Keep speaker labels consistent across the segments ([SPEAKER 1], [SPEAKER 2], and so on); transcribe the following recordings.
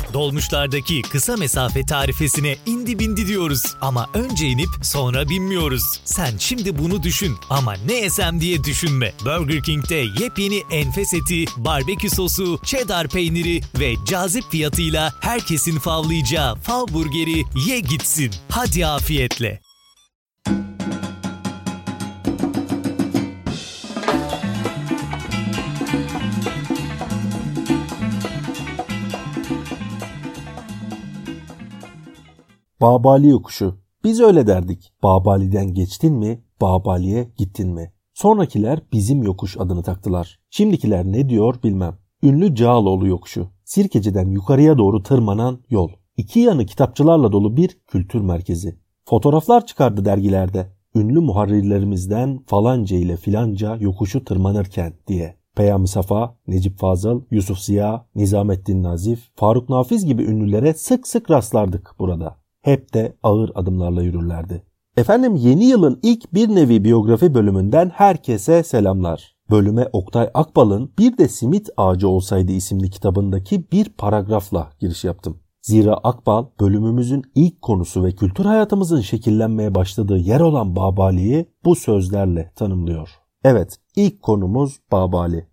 [SPEAKER 1] Dolmuşlardaki kısa mesafe tarifesine indi bindi diyoruz. Ama önce inip sonra binmiyoruz. Sen şimdi bunu düşün ama ne yesem diye düşünme. Burger King'de yepyeni enfes eti, barbekü sosu, cheddar peyniri ve cazip fiyatıyla herkesin favlayacağı Fav Burger'i ye gitsin. Hadi afiyetle.
[SPEAKER 2] Babali yokuşu. Biz öyle derdik. Babali'den geçtin mi, Babali'ye gittin mi? Sonrakiler bizim yokuş adını taktılar. Şimdikiler ne diyor bilmem. Ünlü Cağaloğlu yokuşu. Sirkeci'den yukarıya doğru tırmanan yol. İki yanı kitapçılarla dolu bir kültür merkezi. Fotoğraflar çıkardı dergilerde. Ünlü muharrirlerimizden falanca ile filanca yokuşu tırmanırken diye. Peyami Safa, Necip Fazıl, Yusuf Ziya, Nizamettin Nazif, Faruk Nafiz gibi ünlülere sık sık rastlardık burada. Hep de ağır adımlarla yürürlerdi. Efendim, yeni yılın ilk bir nevi biyografi bölümünden herkese selamlar. Bölüme Oktay Akbal'ın Bir de Simit Ağacı Olsaydı isimli kitabındaki bir paragrafla giriş yaptım. Zira Akbal bölümümüzün ilk konusu ve kültür hayatımızın şekillenmeye başladığı yer olan Babali'yi bu sözlerle tanımlıyor. Evet, ilk konumuz Babali.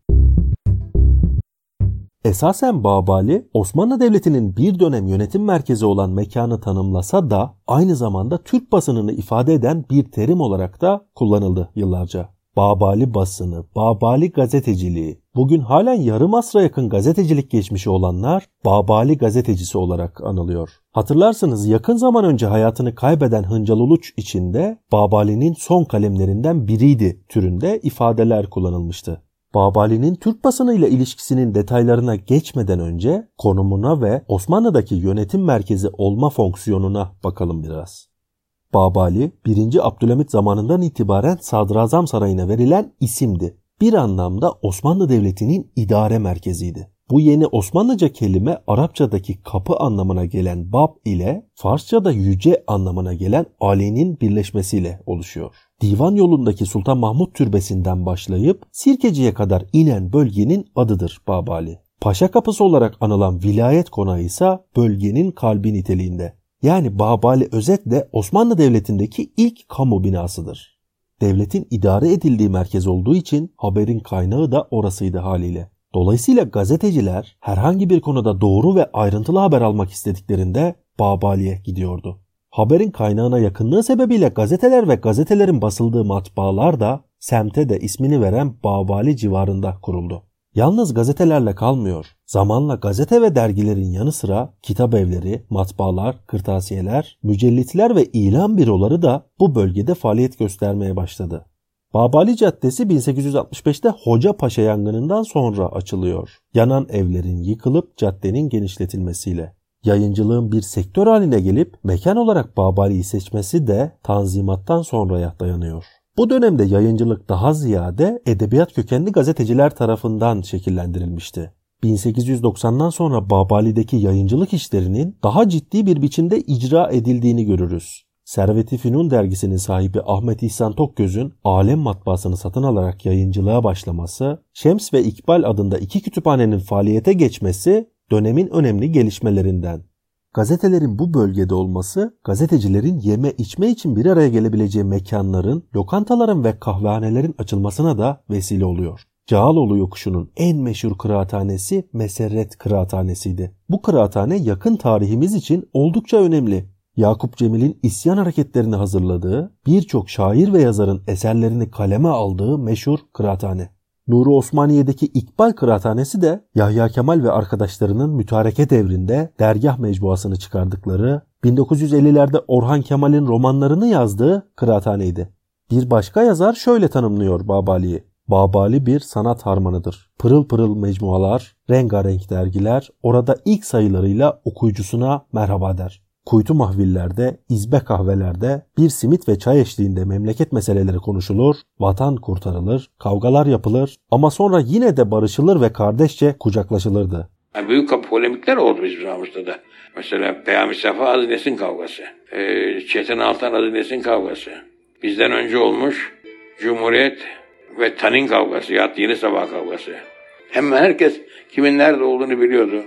[SPEAKER 2] Esasen Babali, Osmanlı Devleti'nin bir dönem yönetim merkezi olan mekanı tanımlasa da aynı zamanda Türk basınını ifade eden bir terim olarak da kullanıldı yıllarca. Babali basını, Babali gazeteciliği, bugün halen yarım asra yakın gazetecilik geçmişi olanlar Babali gazetecisi olarak anılıyor. Hatırlarsınız, yakın zaman önce hayatını kaybeden Hıncal Uluç için de Babali'nin son kalemlerinden biriydi türünde ifadeler kullanılmıştı. Babali'nin Türk basınıyla ilişkisinin detaylarına geçmeden önce konumuna ve Osmanlı'daki yönetim merkezi olma fonksiyonuna bakalım biraz. Babali, 1. Abdülhamit zamanından itibaren Sadrazam Sarayı'na verilen isimdi. Bir anlamda Osmanlı Devleti'nin idare merkeziydi. Bu yeni Osmanlıca kelime Arapçadaki kapı anlamına gelen bab ile Farsçada yüce anlamına gelen ali'nin birleşmesiyle oluşuyor. Divan yolundaki Sultan Mahmut Türbesi'nden başlayıp Sirkeci'ye kadar inen bölgenin adıdır Babali. Paşa Kapısı olarak anılan vilayet konağı ise bölgenin kalbi niteliğinde. Yani Babali özetle Osmanlı Devleti'ndeki ilk kamu binasıdır. Devletin idare edildiği merkez olduğu için haberin kaynağı da orasıydı haliyle. Dolayısıyla gazeteciler herhangi bir konuda doğru ve ayrıntılı haber almak istediklerinde Babali'ye gidiyordu. Haberin kaynağına yakınlığı sebebiyle gazeteler ve gazetelerin basıldığı matbaalar da semte de ismini veren Babali civarında kuruldu. Yalnız gazetelerle kalmıyor. Zamanla gazete ve dergilerin yanı sıra kitap evleri, matbaalar, kırtasiyeler, mücellitler ve ilan büroları da bu bölgede faaliyet göstermeye başladı. Babali Caddesi 1865'te Hoca Paşa yangınından sonra açılıyor. Yanan evlerin yıkılıp caddenin genişletilmesiyle. Yayıncılığın bir sektör haline gelip mekan olarak Babali'yi seçmesi de Tanzimat'tan sonraya dayanıyor. Bu dönemde yayıncılık daha ziyade edebiyat kökenli gazeteciler tarafından şekillendirilmişti. 1890'dan sonra Babali'deki yayıncılık işlerinin daha ciddi bir biçimde icra edildiğini görürüz. Servet-i Fünun dergisinin sahibi Ahmet İhsan Tokgöz'ün Alem matbaasını satın alarak yayıncılığa başlaması, Şems ve İkbal adında iki kütüphanenin faaliyete geçmesi dönemin önemli gelişmelerinden. Gazetelerin bu bölgede olması, gazetecilerin yeme içme için bir araya gelebileceği mekanların, lokantaların ve kahvehanelerin açılmasına da vesile oluyor. Cağaloğlu yokuşunun en meşhur kıraathanesi Meserret Kıraathanesi'ydi. Bu kıraathane yakın tarihimiz için oldukça önemli. Yakup Cemil'in isyan hareketlerini hazırladığı, birçok şair ve yazarın eserlerini kaleme aldığı meşhur kıraathane. Nuri Osmaniye'deki İkbal Kıraathanesi de Yahya Kemal ve arkadaşlarının mütareke devrinde dergah mecmuasını çıkardıkları, 1950'lerde Orhan Kemal'in romanlarını yazdığı kıraathaneydi. Bir başka yazar şöyle tanımlıyor Babali'yi. Babali bir sanat harmanıdır. Pırıl pırıl mecmualar, rengarenk dergiler, orada ilk sayılarıyla okuyucusuna merhaba der. Kuytu mahvillerde, izbe kahvelerde bir simit ve çay eşliğinde memleket meseleleri konuşulur, vatan kurtarılır, kavgalar yapılır ama sonra yine de barışılır ve kardeşçe kucaklaşılırdı.
[SPEAKER 3] Büyük polemikler oldu bizim zamanımızda da. Mesela Peyami Safa Aziz Nesin kavgası, Çetin Altan Aziz Nesin kavgası, bizden önce olmuş Cumhuriyet ve Tanin kavgası, Yat Yeni Sabah kavgası. Hem herkes kimin nerede olduğunu biliyordu.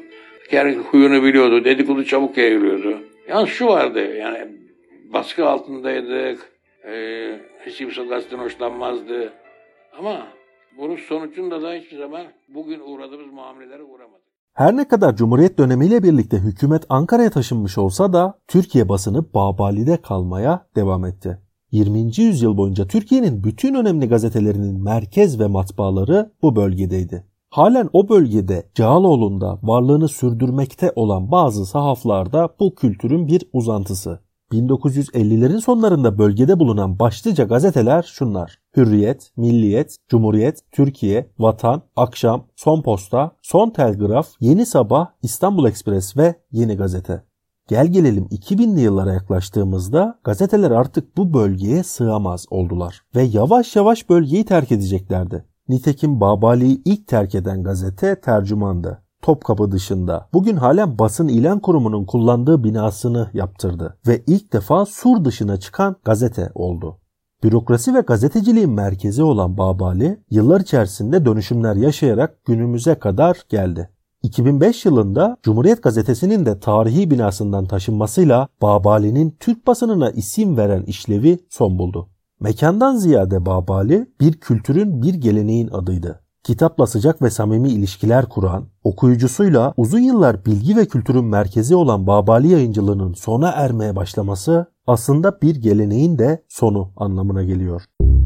[SPEAKER 3] spiker huyunu biliyordu. Dedikodu çabuk yayılıyordu. Yalnız şu vardı, yani baskı altındaydık. Hiç kimse gazeteden hoşlanmazdı. Ama bunun sonucunda da hiçbir zaman bugün uğradığımız muamelelere uğramadık.
[SPEAKER 2] Her ne kadar Cumhuriyet dönemiyle birlikte hükümet Ankara'ya taşınmış olsa da Türkiye basını Babali'de kalmaya devam etti. 20. yüzyıl boyunca Türkiye'nin bütün önemli gazetelerinin merkez ve matbaaları bu bölgedeydi. Halen o bölgede Cağaloğlu'nda varlığını sürdürmekte olan bazı sahaflarda bu kültürün bir uzantısı. 1950'lerin sonlarında bölgede bulunan başlıca gazeteler şunlar: Hürriyet, Milliyet, Cumhuriyet, Türkiye, Vatan, Akşam, Son Posta, Son Telgraf, Yeni Sabah, İstanbul Ekspres ve Yeni Gazete. Gel gelelim 2000'li yıllara yaklaştığımızda gazeteler artık bu bölgeye sığamaz oldular ve yavaş yavaş bölgeyi terk edeceklerdi. Nitekim Babali'yi ilk terk eden gazete Tercüman'dı. Topkapı dışında bugün halen Basın İlan Kurumu'nun kullandığı binasını yaptırdı ve ilk defa sur dışına çıkan gazete oldu. Bürokrasi ve gazeteciliğin merkezi olan Babali yıllar içerisinde dönüşümler yaşayarak günümüze kadar geldi. 2005 yılında Cumhuriyet Gazetesi'nin de tarihi binasından taşınmasıyla Babali'nin Türk basınına isim veren işlevi son buldu. Mekandan ziyade Babali bir kültürün, bir geleneğin adıydı. Kitapla sıcak ve samimi ilişkiler kuran, okuyucusuyla uzun yıllar bilgi ve kültürün merkezi olan Babali yayıncılığının sona ermeye başlaması aslında bir geleneğin de sonu anlamına geliyor.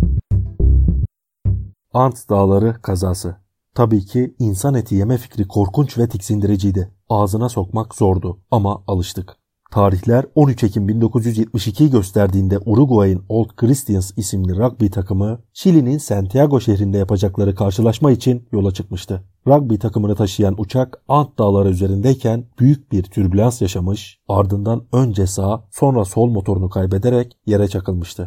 [SPEAKER 2] Ant Dağları kazası. Tabii ki insan eti yeme fikri korkunç ve tiksindiriciydi. Ağzına sokmak zordu ama alıştık. Tarihler 13 Ekim 1972'yi gösterdiğinde Uruguay'ın Old Christians isimli rugby takımı Şili'nin Santiago şehrinde yapacakları karşılaşma için yola çıkmıştı. Rugby takımını taşıyan uçak Ant Dağları üzerindeyken büyük bir türbülans yaşamış, ardından önce sağ sonra sol motorunu kaybederek yere çakılmıştı.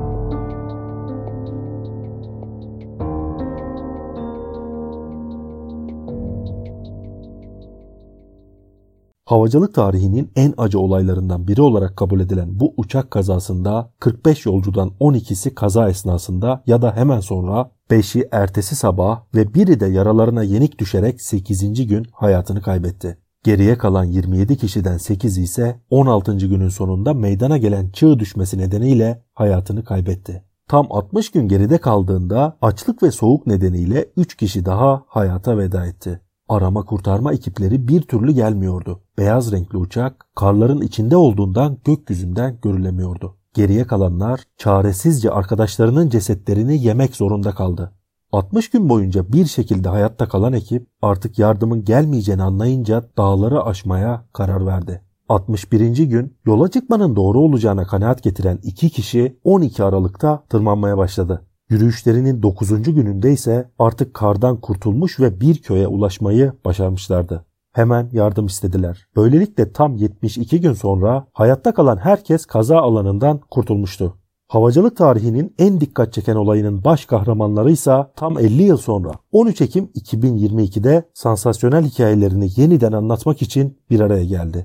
[SPEAKER 2] Havacılık tarihinin en acı olaylarından biri olarak kabul edilen bu uçak kazasında 45 yolcudan 12'si kaza esnasında ya da hemen sonra, 5'i ertesi sabah ve biri de yaralarına yenik düşerek 8. gün hayatını kaybetti. Geriye kalan 27 kişiden 8'i ise 16. günün sonunda meydana gelen çığ düşmesi nedeniyle hayatını kaybetti. Tam 60 gün geride kaldığında açlık ve soğuk nedeniyle 3 kişi daha hayata veda etti. Arama kurtarma ekipleri bir türlü gelmiyordu. Beyaz renkli uçak karların içinde olduğundan gökyüzünden görülemiyordu. Geriye kalanlar çaresizce arkadaşlarının cesetlerini yemek zorunda kaldı. 60 gün boyunca bir şekilde hayatta kalan ekip artık yardımın gelmeyeceğini anlayınca dağları aşmaya karar verdi. 61. gün yola çıkmanın doğru olacağına kanaat getiren 2 kişi 12 Aralık'ta tırmanmaya başladı. Yürüyüşlerinin 9. gününde ise artık kardan kurtulmuş ve bir köye ulaşmayı başarmışlardı. Hemen yardım istediler. Böylelikle tam 72 gün sonra hayatta kalan herkes kaza alanından kurtulmuştu. Havacılık tarihinin en dikkat çeken olayının baş kahramanları ise tam 50 yıl sonra 13 Ekim 2022'de sansasyonel hikayelerini yeniden anlatmak için bir araya geldi.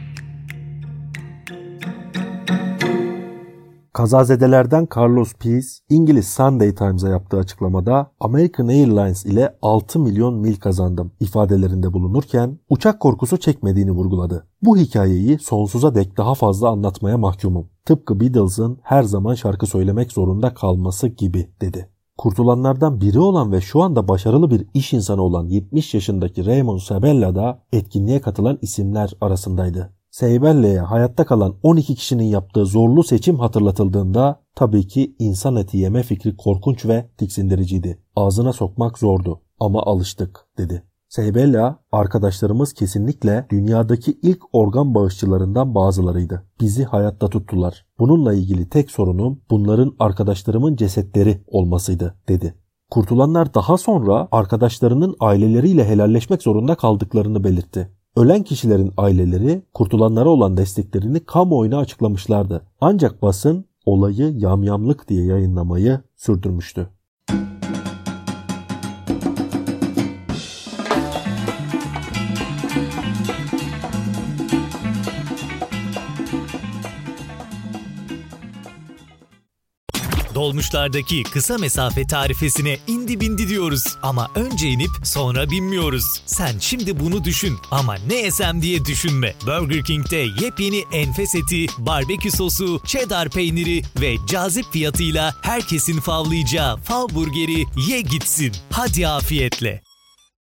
[SPEAKER 2] Kazazedelerden Carlos Pease, İngiliz Sunday Times'a yaptığı açıklamada American Airlines ile 6 milyon mil kazandım ifadelerinde bulunurken uçak korkusu çekmediğini vurguladı. Bu hikayeyi sonsuza dek daha fazla anlatmaya mahkumum. Tıpkı Beatles'ın her zaman şarkı söylemek zorunda kalması gibi dedi. Kurtulanlardan biri olan ve şu anda başarılı bir iş insanı olan 70 yaşındaki Raymond Sabella da etkinliğe katılan isimler arasındaydı. Seybelle'ye hayatta kalan 12 kişinin yaptığı zorlu seçim hatırlatıldığında tabii ki insan eti yeme fikri korkunç ve tiksindiriciydi. Ağzına sokmak zordu ama alıştık dedi. Seybella, arkadaşlarımız kesinlikle dünyadaki ilk organ bağışçılarından bazılarıydı. Bizi hayatta tuttular. Bununla ilgili tek sorunum bunların arkadaşlarımın cesetleri olmasıydı dedi. Kurtulanlar daha sonra arkadaşlarının aileleriyle helalleşmek zorunda kaldıklarını belirtti. Ölen kişilerin aileleri kurtulanlara olan desteklerini kamuoyuna açıklamışlardı. Ancak basın olayı yamyamlık diye yayınlamayı sürdürmüştü.
[SPEAKER 1] Dolmuşlardaki kısa mesafe tarifesine indi bindi diyoruz. Ama önce inip sonra binmiyoruz. Sen şimdi bunu düşün ama ne yesem diye düşünme. Burger King'de yepyeni enfes eti, barbekü sosu, cheddar peyniri ve cazip fiyatıyla herkesin favlayacağı fav burgeri ye gitsin. Hadi afiyetle.